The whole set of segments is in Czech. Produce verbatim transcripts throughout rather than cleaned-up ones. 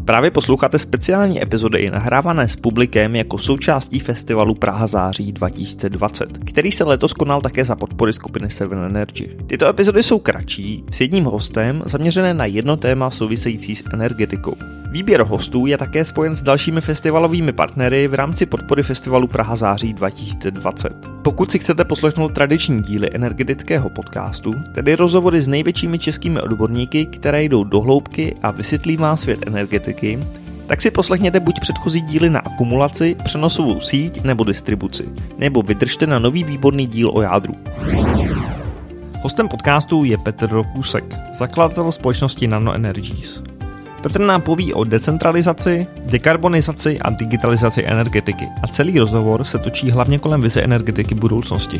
Právě posloucháte speciální epizody nahrávané s publikem jako součástí festivalu Praha září dva tisíce dvacet, který se letos konal také za podpory skupiny Seven Energy. Tyto epizody jsou kratší, s jedním hostem, zaměřené na jedno téma související s energetikou. Výběr hostů je také spojen s dalšími festivalovými partnery v rámci podpory festivalu Praha září dva tisíce dvacet. Pokud si chcete poslechnout tradiční díly energetického podcastu, tedy rozhovory s největšími českými odborníky, které jdou do hloubky a vysvětlí vám svět energetiky, tak si poslechněte buď předchozí díly na akumulaci, přenosovou síť nebo distribuci, nebo vydržte na nový výborný díl o jádru. Hostem podcastu je Petr Rokusek, zakladatel společnosti Nano Energies. Petr nám poví o decentralizaci, dekarbonizaci a digitalizaci energetiky a celý rozhovor se točí hlavně kolem vize energetiky budoucnosti.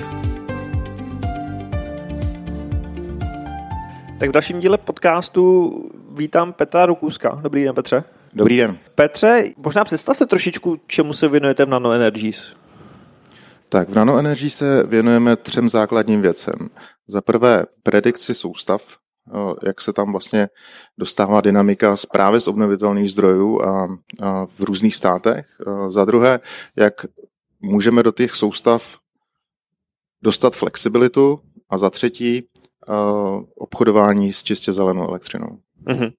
Tak v dalším díle podcastu vítám Petra Rokuska. Dobrý den, Petře. Dobrý den. Petře, možná představte trošičku, čemu se věnujete v Nano Energies. Tak v Nano Energies se věnujeme třem základním věcem. Za prvé predikci soustav, jak se tam vlastně dostává dynamika právě z obnovitelných zdrojů a, a v různých státech. Za druhé, jak můžeme do těch soustav dostat flexibilitu a za třetí obchodování s čistě zelenou elektřinou. Mhm.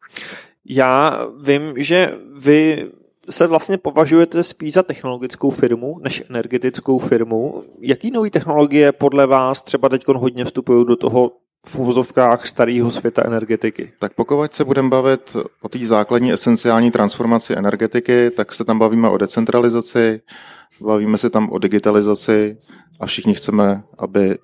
Já vím, že vy se vlastně považujete spíš za technologickou firmu než energetickou firmu. Jaký nové technologie podle vás třeba teď hodně vstupují do toho v uvozovkách starého světa energetiky? Tak pokud se budeme bavit o té základní esenciální transformaci energetiky, tak se tam bavíme o decentralizaci, bavíme se tam o digitalizaci a všichni chceme, aby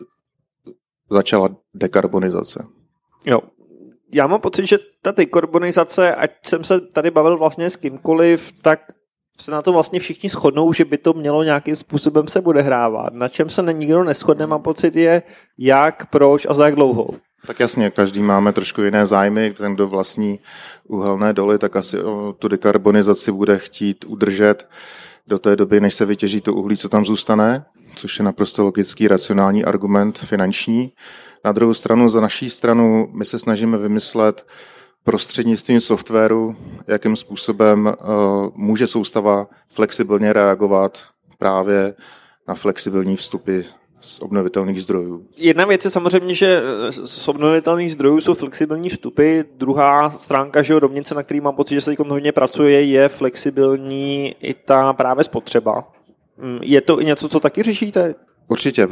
začala dekarbonizace. Jo. Já mám pocit, že ta dekarbonizace, ať jsem se tady bavil vlastně s kýmkoliv, tak se na to vlastně všichni shodnou, že by to mělo nějakým způsobem se odehrávat. Na čem se nikdo neshodne, mám pocit, je jak, proč a za jak dlouho. Tak jasně, každý máme trošku jiné zájmy, ten, kdo vlastní uhelné doly, tak asi tu dekarbonizaci bude chtít udržet do té doby, než se vytěží to uhlí, co tam zůstane, což je naprosto logický, racionální argument finanční. Na druhou stranu, za naší stranu, my se snažíme vymyslet prostřednictvím softwaru, jakým způsobem uh, může soustava flexibilně reagovat právě na flexibilní vstupy z obnovitelných zdrojů. Jedna věc je samozřejmě, že z obnovitelných zdrojů jsou flexibilní vstupy. Druhá stránka, že rovnice, na který mám pocit, že se teď hodně pracuje, je flexibilní i ta právě spotřeba. Je to i něco, co taky řešíte? Určitě.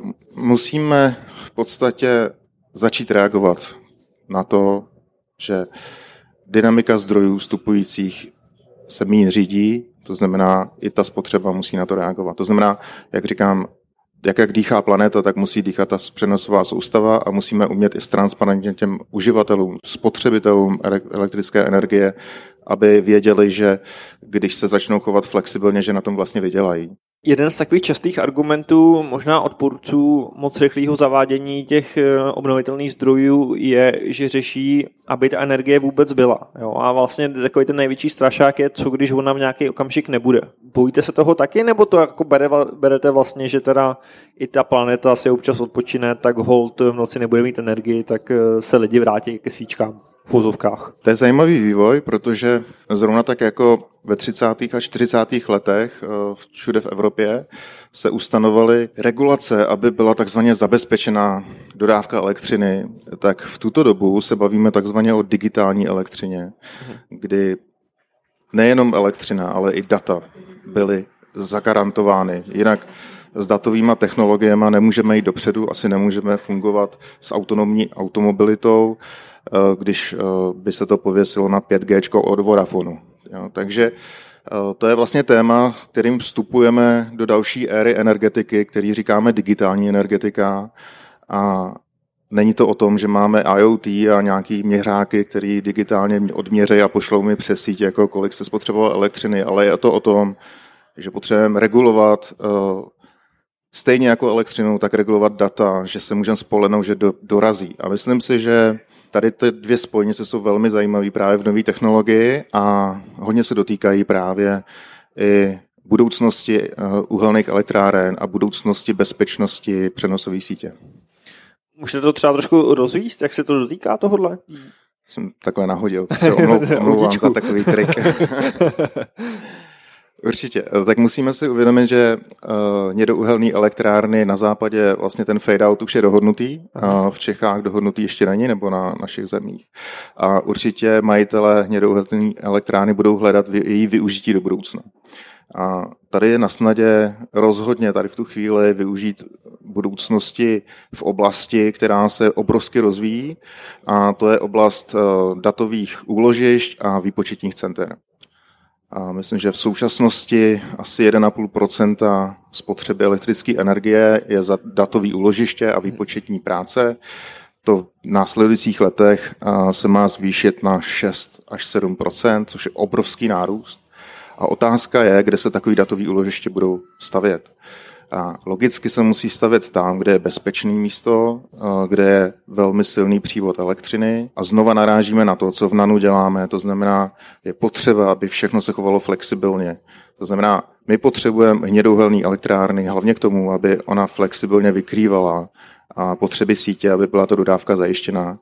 Musíme v podstatě začít reagovat na to, že dynamika zdrojů vstupujících se míň řídí, to znamená, i ta spotřeba musí na to reagovat. To znamená, jak říkám, jak, jak dýchá planeta, tak musí dýchat ta přenosová soustava a musíme umět i transparentně těm uživatelům, spotřebitelům elektrické energie, aby věděli, že když se začnou chovat flexibilně, že na tom vlastně vydělají. Jeden z takových častých argumentů, možná odpůrců moc rychlého zavádění těch obnovitelných zdrojů je, že řeší, aby ta energie vůbec byla. Jo? A vlastně takový ten největší strašák je, co když ona v nějaký okamžik nebude. Bojíte se toho taky, nebo to jako berete vlastně, že teda i ta planeta si občas odpočine, tak hold v noci nebude mít energii, tak se lidi vrátí ke svíčkám v vozovkách? To je zajímavý vývoj, protože zrovna tak jako ve třicátých a čtyřicátých letech všude v Evropě se ustanovaly regulace, aby byla takzvaně zabezpečená dodávka elektřiny, tak v tuto dobu se bavíme takzvaně o digitální elektřině, kdy nejenom elektřina, ale i data byly zagarantovány. Jinak s datovými technologiemi nemůžeme jít dopředu, asi nemůžeme fungovat s autonomní automobilitou, když by se to pověsilo na pět gé od Vodafonu. Jo, takže to je vlastně téma, kterým vstupujeme do další éry energetiky, který říkáme digitální energetika. A není to o tom, že máme I O T a nějaký měřáky, který digitálně odměřejí a pošlou mi přes síť, jako kolik se spotřeboval elektřiny, ale je to o tom, že potřebujeme regulovat stejně jako elektřinu, tak regulovat data, že se můžeme spolehnout, že do, dorazí. A myslím si, že tady ty dvě spojnice jsou velmi zajímavé právě v nové technologii a hodně se dotýkají právě i budoucnosti uhelných elektráren a budoucnosti bezpečnosti přenosové sítě. Můžete to třeba trošku rozvíct, jak se to dotýká tohodle? jsem takhle nahodil, tak se omlou, omlouvám za takový trik. Určitě. Tak musíme si uvědomit, že uh, hnědouhelné elektrárny na západě vlastně ten fade-out už je dohodnutý. Uh, v Čechách dohodnutý ještě není, nebo na našich zemích. A určitě majitelé hnědouhelné elektrárny budou hledat její využití do budoucna. A tady je na snadě rozhodně tady v tu chvíli využít budoucnosti v oblasti, která se obrovsky rozvíjí, a to je oblast uh, datových úložišť a výpočetních center. A myslím, že v současnosti asi jedna celá pět procenta spotřeby elektrické energie je za datový úložiště a výpočetní práce. To v následujících letech se má zvýšit na šest až sedm procent, což je obrovský nárůst. A otázka je, kde se takový datový úložiště budou stavět. A logicky se musí stavět tam, kde je bezpečné místo, kde je velmi silný přívod elektřiny, a znova narážíme na to, co v NANu děláme. To znamená, je potřeba, aby všechno se chovalo flexibilně. To znamená, my potřebujeme hnědouhelné elektrárny hlavně k tomu, aby ona flexibilně vykrývala potřeby sítě, aby byla ta dodávka zajištěná.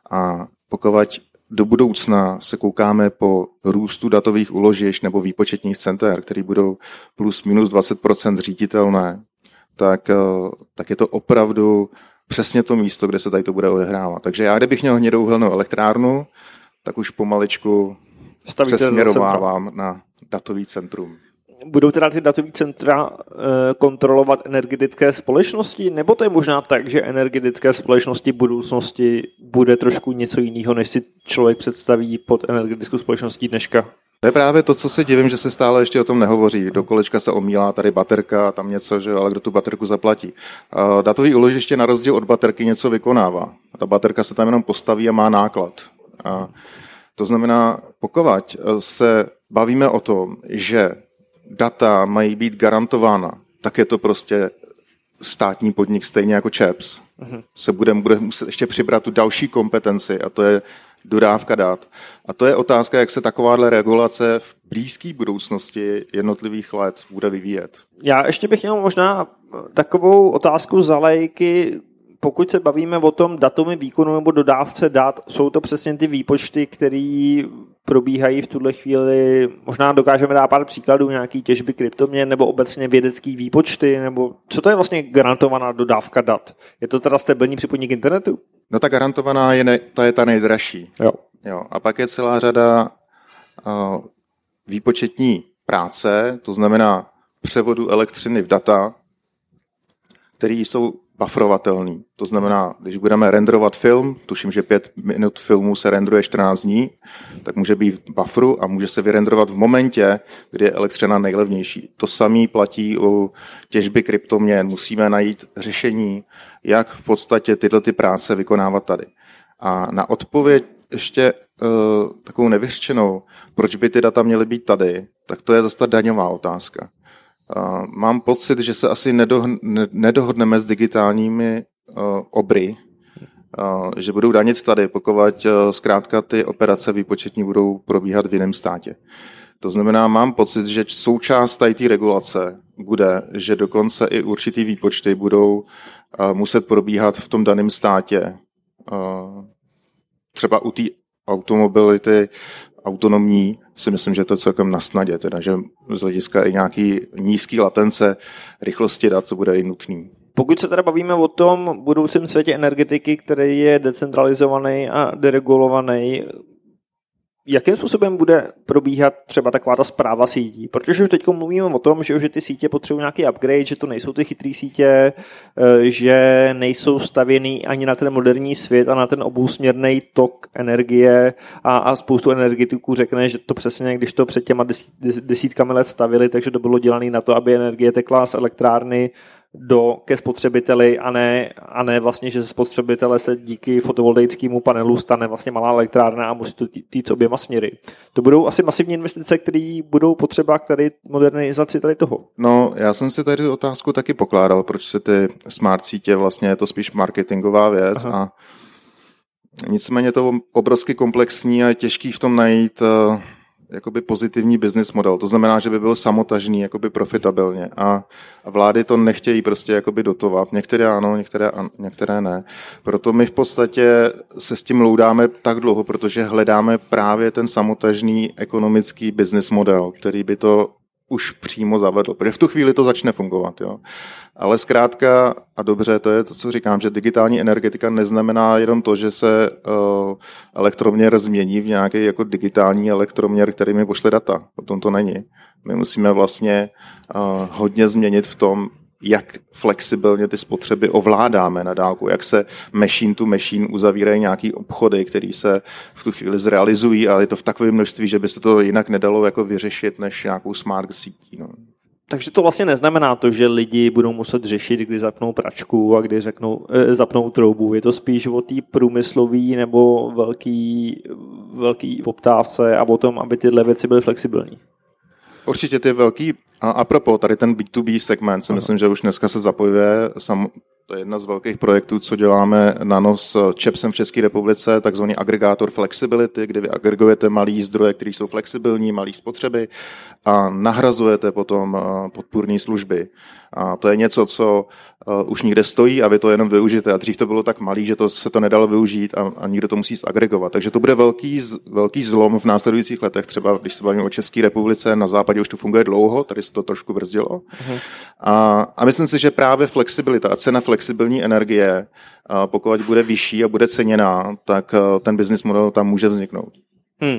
A pokud do budoucna se koukáme po růstu datových úložišť nebo výpočetních center, které budou plus minus dvacet procent říditelné, tak, tak je to opravdu přesně to místo, kde se tady to bude odehrávat. Takže já, kdybych měl hnědouhelnou elektrárnu, tak už pomaličku přesměrovávám na datový centrum. Budou teda ty datové centra e, kontrolovat energetické společnosti, nebo to je možná tak, že energetické společnosti budoucnosti bude trošku něco jiného, než si člověk představí pod energetickou společností dneška? To je právě to, co se divím, že se stále ještě o tom nehovoří. Do kolečka se omílá tady baterka, tam něco, že, ale kdo tu baterku zaplatí. E, datový úložiště na rozdíl od baterky něco vykonává. A ta baterka se tam jenom postaví a má náklad. A to znamená, pokud se bavíme o tom, že data mají být garantována, tak je to prostě státní podnik, stejně jako ČEPS. Uh-huh. Se bude, bude muset ještě přibrat tu další kompetenci, a to je dodávka dat. A to je otázka, jak se takováhle regulace v blízké budoucnosti jednotlivých let bude vyvíjet. Já ještě bych měl možná takovou otázku za lajky. Pokud se bavíme o tom datovém výkonu nebo dodávce dat, jsou to přesně ty výpočty, které probíhají v tuhle chvíli. Možná dokážeme dát pár příkladů, nějaký těžby kryptoměn nebo obecně vědecký výpočty, nebo co to je vlastně garantovaná dodávka dat? Je to teda stabilní připojení k internetu? No ta garantovaná je, ne, ta je ta nejdražší. Jo. Jo. A pak je celá řada uh, výpočetní práce, to znamená převodu elektřiny v data, které jsou bufferovatelný. To znamená, když budeme renderovat film, tuším, že pět minut filmu se renderuje čtrnáct dní, tak může být v bufferu a může se vyrenderovat v momentě, kdy je elektřina nejlevnější. To samé platí u těžby kryptoměn. Musíme najít řešení, jak v podstatě tyhle ty práce vykonávat tady. A na odpověď ještě uh, takovou nevyřčenou, proč by ty data měly být tady, tak to je zase ta daňová otázka. Uh, mám pocit, že se asi nedoh- ne- nedohodneme s digitálními uh, obry, uh, že budou danit tady, pokud uh, zkrátka ty operace výpočetní budou probíhat v jiném státě. To znamená, mám pocit, že součást tady té regulace bude, že dokonce i určitý výpočty budou uh, muset probíhat v tom daném státě. Uh, třeba u té automobility autonomní si myslím, že to je celkem na snadě, teda, že z hlediska i nějaký nízký latence rychlosti dat to bude i nutný. Pokud se teda bavíme o tom budoucím světě energetiky, který je decentralizovaný a deregulovaný, jakým způsobem bude probíhat třeba taková ta správa sítí? Protože už teď mluvíme o tom, že, že ty sítě potřebují nějaký upgrade, že to nejsou ty chytrý sítě, že nejsou stavěný ani na ten moderní svět a na ten obousměrný tok energie a, a spoustu energetiků řekne, že to přesně, když to před těma desítkami let stavili, takže to bylo dělané na to, aby energie tekla z elektrárny do, ke spotřebiteli a ne, a ne vlastně, že ze spotřebitele se díky fotovoltaickému panelu stane vlastně malá elektrárna a musí to týct oběma směry. To budou asi masivní investice, které budou potřeba k tady modernizaci tady toho. No, já jsem si tady otázku taky pokládal, proč se ty smart sítě, vlastně je to spíš marketingová věc. Aha. A nicméně to obrovsky komplexní a je těžký v tom najít jakoby pozitivní business model. To znamená, že by byl samotažný, jakoby profitabilně. A, a vlády to nechtějí prostě jakoby dotovat. Některé ano, některé, některé ne. Proto my v podstatě se s tím loudáme tak dlouho, protože hledáme právě ten samotažný ekonomický business model, který by to už přímo zavedl, protože v tu chvíli to začne fungovat. Jo. Ale zkrátka a dobře, to je to, co říkám, že digitální energetika neznamená jenom to, že se uh, elektroměr změní v nějaký jako digitální elektroměr, který mi pošle data. O tom to není. My musíme vlastně uh, hodně změnit v tom, jak flexibilně ty spotřeby ovládáme na dálku, jak se machine to machine uzavírají nějaký obchody, které se v tu chvíli zrealizují, ale je to v takovém množství, že by se to jinak nedalo jako vyřešit než nějakou smart sítí. No. Takže to vlastně neznamená to, že lidi budou muset řešit, kdy zapnou pračku a kdy řeknou, eh, zapnou troubu. Je to spíš o té průmyslový nebo velký, velký poptávce a o tom, aby tyhle věci byly flexibilní. Určitě ty velký, a apropo, tady ten bé dvě bé segment, si myslím, že už dneska se zapojuje, sam, to je jedna z velkých projektů, co děláme nano s ČEPSem v České republice, takzvaný agregátor flexibility, kdy vy agregujete malý zdroje, které jsou flexibilní, malý spotřeby a nahrazujete potom podpůrné služby. A to je něco, co uh, už někde stojí a vy to jenom využijete. A dřív to bylo tak malý, že to se to nedalo využít a, a nikdo to musí zagregovat. Takže to bude velký, velký zlom v následujících letech. Třeba když se bavíme o České republice, na západě už to funguje dlouho, tady se to trošku brzdilo. Uh-huh. A, a myslím si, že právě flexibilita a cena flexibilní energie, uh, pokud bude vyšší a bude ceněná, tak uh, ten business model tam může vzniknout. Hmm.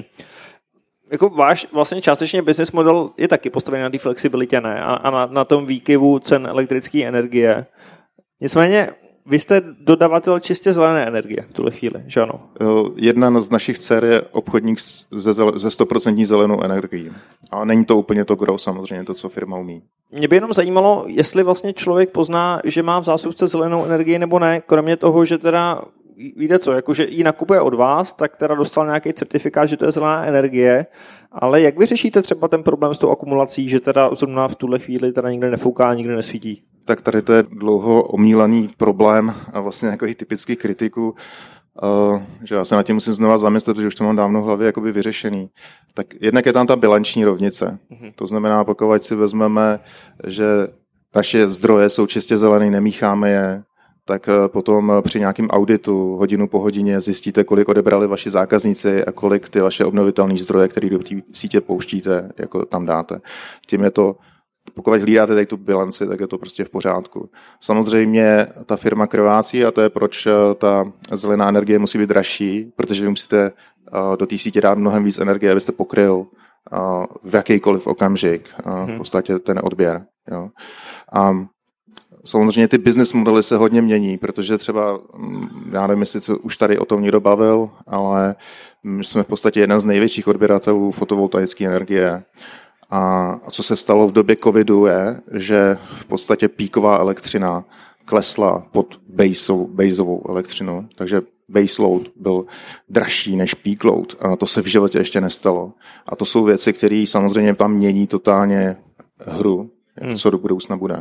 Jako váš vlastně částečně business model je taky postavený na té flexibilitě, ne? A, a na, na tom výkyvu cen elektrické energie. Nicméně vy jste dodavatel čistě zelené energie v tuhle chvíli, že ano? Jedna z našich dcer je obchodník ze, ze sto procent zelenou energií. A není to úplně to gros, samozřejmě, to, co firma umí. Mě by jenom zajímalo, jestli vlastně člověk pozná, že má v zásuvce zelenou energii nebo ne, kromě toho, že teda víte co, jakože ji nakupuje od vás, tak teda dostal nějaký certifikát, že to je zelená energie, ale jak vy řešíte třeba ten problém s tou akumulací, že teda zrovna v tuhle chvíli teda nikde nefouká, nikde nesvítí? Tak tady to je dlouho omílaný problém a vlastně jako typický kritiku, uh, že já se na tím musím znova zamyslet, protože už to mám dávno v hlavě jakoby vyřešený. Tak jednak je tam ta bilanční rovnice. Mm-hmm. To znamená, pokud si vezmeme, že naše zdroje jsou čistě zelený, nemícháme je, tak potom při nějakém auditu hodinu po hodině zjistíte, kolik odebrali vaši zákazníci a kolik ty vaše obnovitelné zdroje, které do té sítě pouštíte, jako tam dáte. Tím je to, pokud hlídáte tady tu bilanci, tak je to prostě v pořádku. Samozřejmě ta firma krvácí a to je proč ta zelená energie musí být dražší, protože vy musíte do té sítě dát mnohem víc energie, abyste pokryl v jakýkoliv okamžik v podstatě ten odběr. Jo. A samozřejmě ty business modely se hodně mění, protože třeba, já nevím, jestli už tady o tom někdo bavil, ale my jsme v podstatě jeden z největších odběratelů fotovoltaické energie. A co se stalo v době covidu je, že v podstatě píková elektřina klesla pod baseovou, baseovou elektřinu, takže base load byl dražší než peak load a to se v životě ještě nestalo. A to jsou věci, které samozřejmě tam mění totálně hru, jak co do budoucna bude.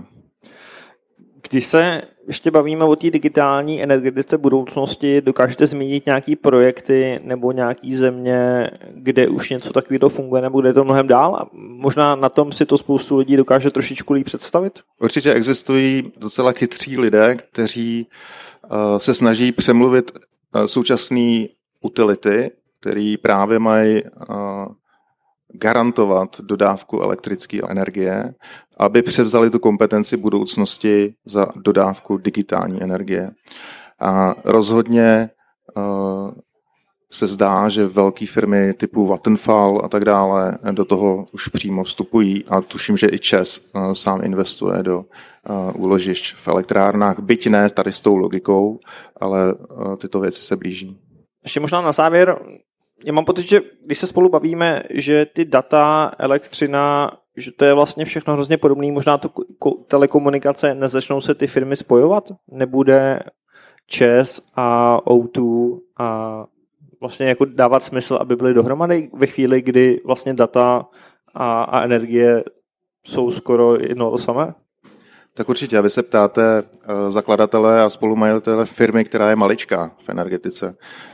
Když se ještě bavíme o té digitální energetice budoucnosti, dokážete zmínit nějaký projekty nebo nějaký země, kde už něco takového funguje nebo kde je to mnohem dál? A možná na tom si to spoustu lidí dokáže trošičku líp představit? Určitě existují docela chytří lidé, kteří uh, se snaží přemluvit uh, současné utility, který právě mají uh, garantovat dodávku elektrické energie, aby převzali tu kompetenci budoucnosti za dodávku digitální energie. A rozhodně uh, se zdá, že velké firmy typu Vattenfall a tak dále do toho už přímo vstupují a tuším, že i ČEZ uh, sám investuje do uh, úložišť v elektrárnách, byť ne tady s tou logikou, ale uh, tyto věci se blíží. Ještě možná na závěr, já mám pocit, že když se spolu bavíme, že ty data, elektřina, že to je vlastně všechno hrozně podobné, možná to telekomunikace, nezačnou se ty firmy spojovat? Nebude ČEZ a ó dva a vlastně jako dávat smysl, aby byly dohromady ve chvíli, kdy vlastně data a, a energie jsou skoro jedno to samé? Tak určitě, vy se ptáte zakladatele a spolumajitele firmy, která je maličká v energetice.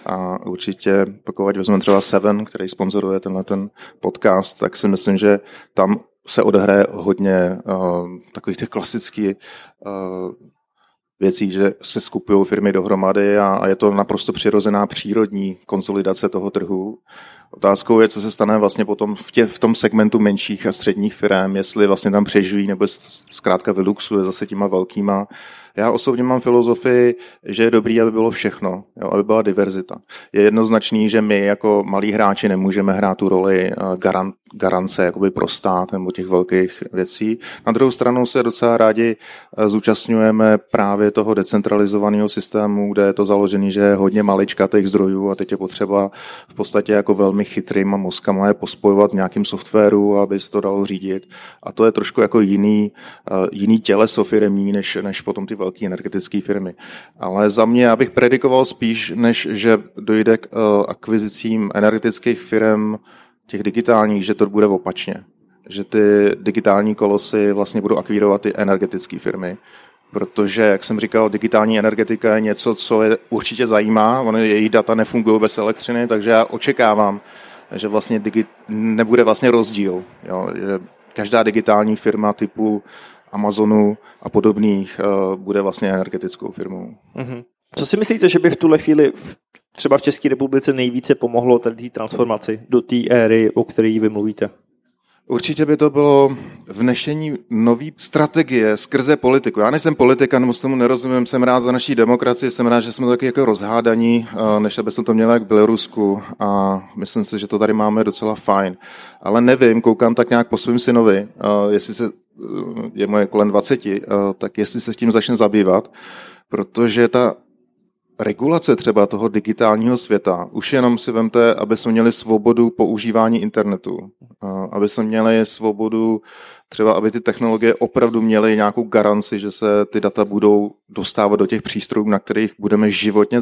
A určitě, pokud vezmeme třeba Seven, který sponzoruje tenhle ten podcast, tak si myslím, že tam se odehraje hodně uh, takových těch klasických uh, věcí, že se skupují firmy dohromady a, a je to naprosto přirozená přírodní konsolidace toho trhu. Otázkou je, co se stane vlastně potom v, tě, v tom segmentu menších a středních firm, jestli vlastně tam přežijí nebo zkrátka vyluxuje zase těma velkýma. Já osobně mám filozofii, že je dobrý, aby bylo všechno, jo, aby byla diverzita. Je jednoznačný, že my jako malí hráči nemůžeme hrát tu roli garan, garance jakoby pro stát nebo těch velkých věcí. Na druhou stranu se docela rádi zúčastňujeme právě toho decentralizovaného systému, kde je to založené, že je hodně maličkatých zdrojů a teď je potřeba v podstatě jako velmi chytrýma mozkama je pospojovat v nějakým softwaru, aby se to dalo řídit. A to je trošku jako jiný, jiný těleso firemní, než, než potom ty velké energetické firmy. Ale za mě, já bych predikoval spíš, než že dojde k uh, akvizicím energetických firm, těch digitálních, že to bude opačně. Že ty digitální kolosy vlastně budou akvírovat ty energetické firmy. Protože, jak jsem říkal, digitální energetika je něco, co je určitě zajímá. Ony, jejich data nefungují bez elektřiny, takže já očekávám, že vlastně digi- nebude vlastně rozdíl. Jo? Že každá digitální firma typu Amazonu a podobných uh, bude vlastně energetickou firmou. Mm-hmm. Co si myslíte, že by v tuhle chvíli třeba v České republice nejvíce pomohlo tady transformaci do té éry, o které vy mluvíte? Určitě by to bylo vnešení nový strategie skrze politiku. Já nejsem politika, nebo tomu nerozumím, jsem rád za naší demokracii, jsem rád, že jsme taky jako rozhádaní, než aby jsme to měli jak v Bělorusku a myslím si, že to tady máme docela fajn. Ale nevím, koukám tak nějak po svým synovi, jestli se, je moje kolem dvaceti, tak jestli se s tím začne zabývat, protože ta regulace třeba toho digitálního světa, už jenom si vemte, aby jsme měli svobodu používání internetu, aby jsme měli svobodu třeba, aby ty technologie opravdu měly nějakou garanci, že se ty data budou dostávat do těch přístrojů, na kterých budeme životně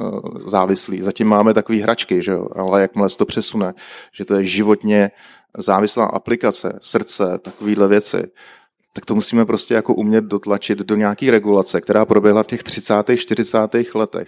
závislí. Zatím máme takové hračky, že jo? Ale jakmile se to přesune, že to je životně závislá aplikace, srdce, takovéhle věci, tak to musíme prostě jako umět dotlačit do nějaký regulace, která proběhla v těch třicátých, čtyřicátých letech.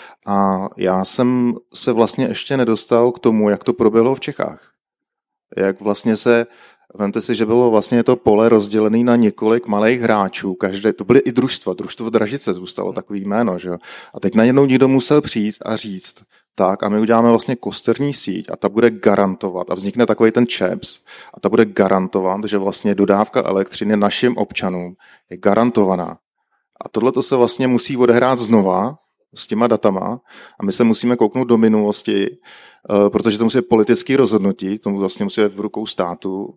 A já jsem se vlastně ještě nedostal k tomu, jak to proběhlo v Čechách. Jak vlastně se, vemte si, že bylo vlastně to pole rozdělené na několik malých hráčů, každé, to byly i družstva, družstvo v Dražice zůstalo takový jméno, že jo. A teď najednou někdo musel přijít a říct, tak a my uděláme vlastně kosterní síť a ta bude garantovat a vznikne takový ten ČEPS a ta bude garantovat, že vlastně dodávka elektřiny našim občanům je garantovaná. A tohle to se vlastně musí odehrát znova s těma datama a my se musíme kouknout do minulosti, protože to musí být politické rozhodnutí, tomu vlastně musí být v rukou státu,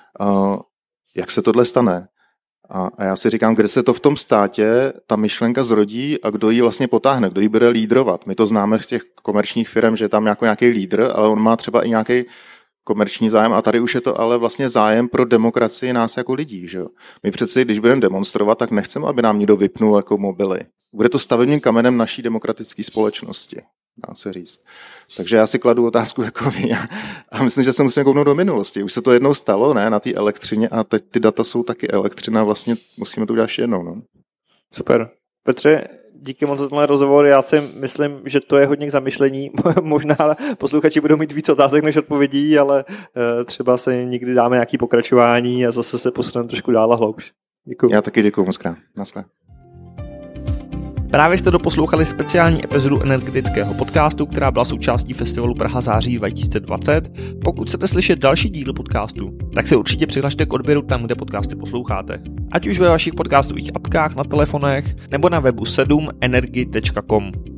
jak se tohle stane. A já si říkám, kde se to v tom státě ta myšlenka zrodí a kdo ji vlastně potáhne, kdo ji bude lídrovat. My to známe z těch komerčních firm, že je tam jako nějaký lídr, ale on má třeba i nějaký komerční zájem a tady už je to ale vlastně zájem pro demokracii nás jako lidí. Že jo? My přeci, když budeme demonstrovat, tak nechceme, aby nám někdo vypnul jako mobily. Bude to stavebním kamenem naší demokratické společnosti, dá se říct. Takže já si kladu otázku jako vy a myslím, že se musíme kouknout do minulosti. Už se to jednou stalo, ne, na té elektřině a teď ty data jsou taky elektřina, vlastně musíme to udělat ještě jednou. No. Super. Petře, díky moc za tenhle rozhovor. Já si myslím, že to je hodně k zamyšlení. Možná posluchači budou mít víc otázek než odpovědí, ale třeba se někdy dáme nějaké pokračování a zase se posuneme trošku dál a hloubš. Děkuji. Já taky děkuji moc krát. Naschle. Právě jste doposlouchali speciální epizodu energetického podcastu, která byla součástí festivalu Praha září dva tisíce dvacet. Pokud chcete slyšet další díl podcastu, tak se určitě přihlašte k odběru tam, kde podcasty posloucháte. Ať už ve vašich podcastových apkách na telefonech, nebo na webu sedm energy tečka com.